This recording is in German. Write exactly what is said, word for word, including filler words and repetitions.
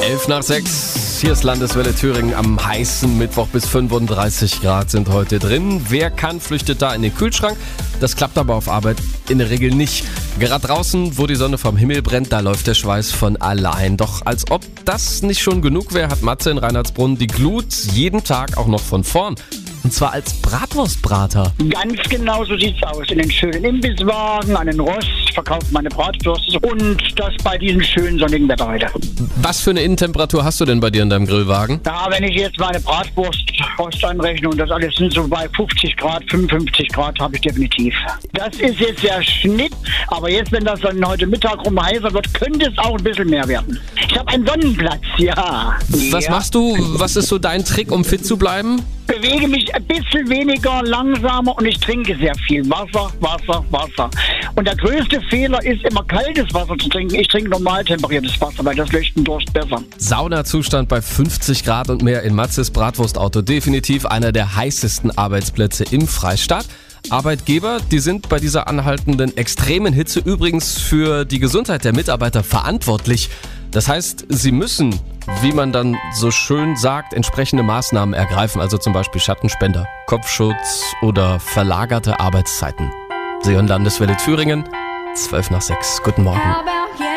elf nach sechs, hier ist Landeswelle Thüringen. Am heißen Mittwoch bis fünfunddreißig Grad sind heute drin. Wer kann, flüchtet da in den Kühlschrank. Das klappt aber auf Arbeit in der Regel nicht. Gerade draußen, wo die Sonne vom Himmel brennt, da läuft der Schweiß von allein. Doch als ob das nicht schon genug wäre, hat Matze in Reinhardsbrunn die Glut jeden Tag auch noch von vorn. Und zwar als Bratwurstbrater. Ganz genau so sieht's aus. In den schönen Imbisswagen, an den Rost, verkauft meine Bratwürste und das bei diesem schönen sonnigen Wetter heute. Was für eine Innentemperatur hast du denn bei dir in deinem Grillwagen? Ja, wenn ich jetzt meine Bratwurst Rost anrechne und das alles sind so bei fünfzig Grad, fünfundfünfzig Grad habe ich definitiv. Das ist jetzt der Schnitt, aber jetzt, wenn das dann heute Mittag rum heißer wird, könnte es auch ein bisschen mehr werden. Ich habe einen Sonnenplatz, ja. Was ja. machst du? Was ist so dein Trick, um fit zu bleiben? Bewege mich ein bisschen weniger, langsamer und ich trinke sehr viel Wasser, Wasser, Wasser. Und der größte Fehler ist immer kaltes Wasser zu trinken. Ich trinke normal temperiertes Wasser, weil das löscht den Durst besser. Saunazustand bei fünfzig Grad und mehr in Matzes Bratwurstauto. Definitiv einer der heißesten Arbeitsplätze im Freistaat. Arbeitgeber, die sind bei dieser anhaltenden extremen Hitze übrigens für die Gesundheit der Mitarbeiter verantwortlich. Das heißt, sie müssen, wie man dann so schön sagt, entsprechende Maßnahmen ergreifen, also zum Beispiel Schattenspender, Kopfschutz oder verlagerte Arbeitszeiten. Sie hören Landeswelle Thüringen, zwölf nach sechs. Guten Morgen.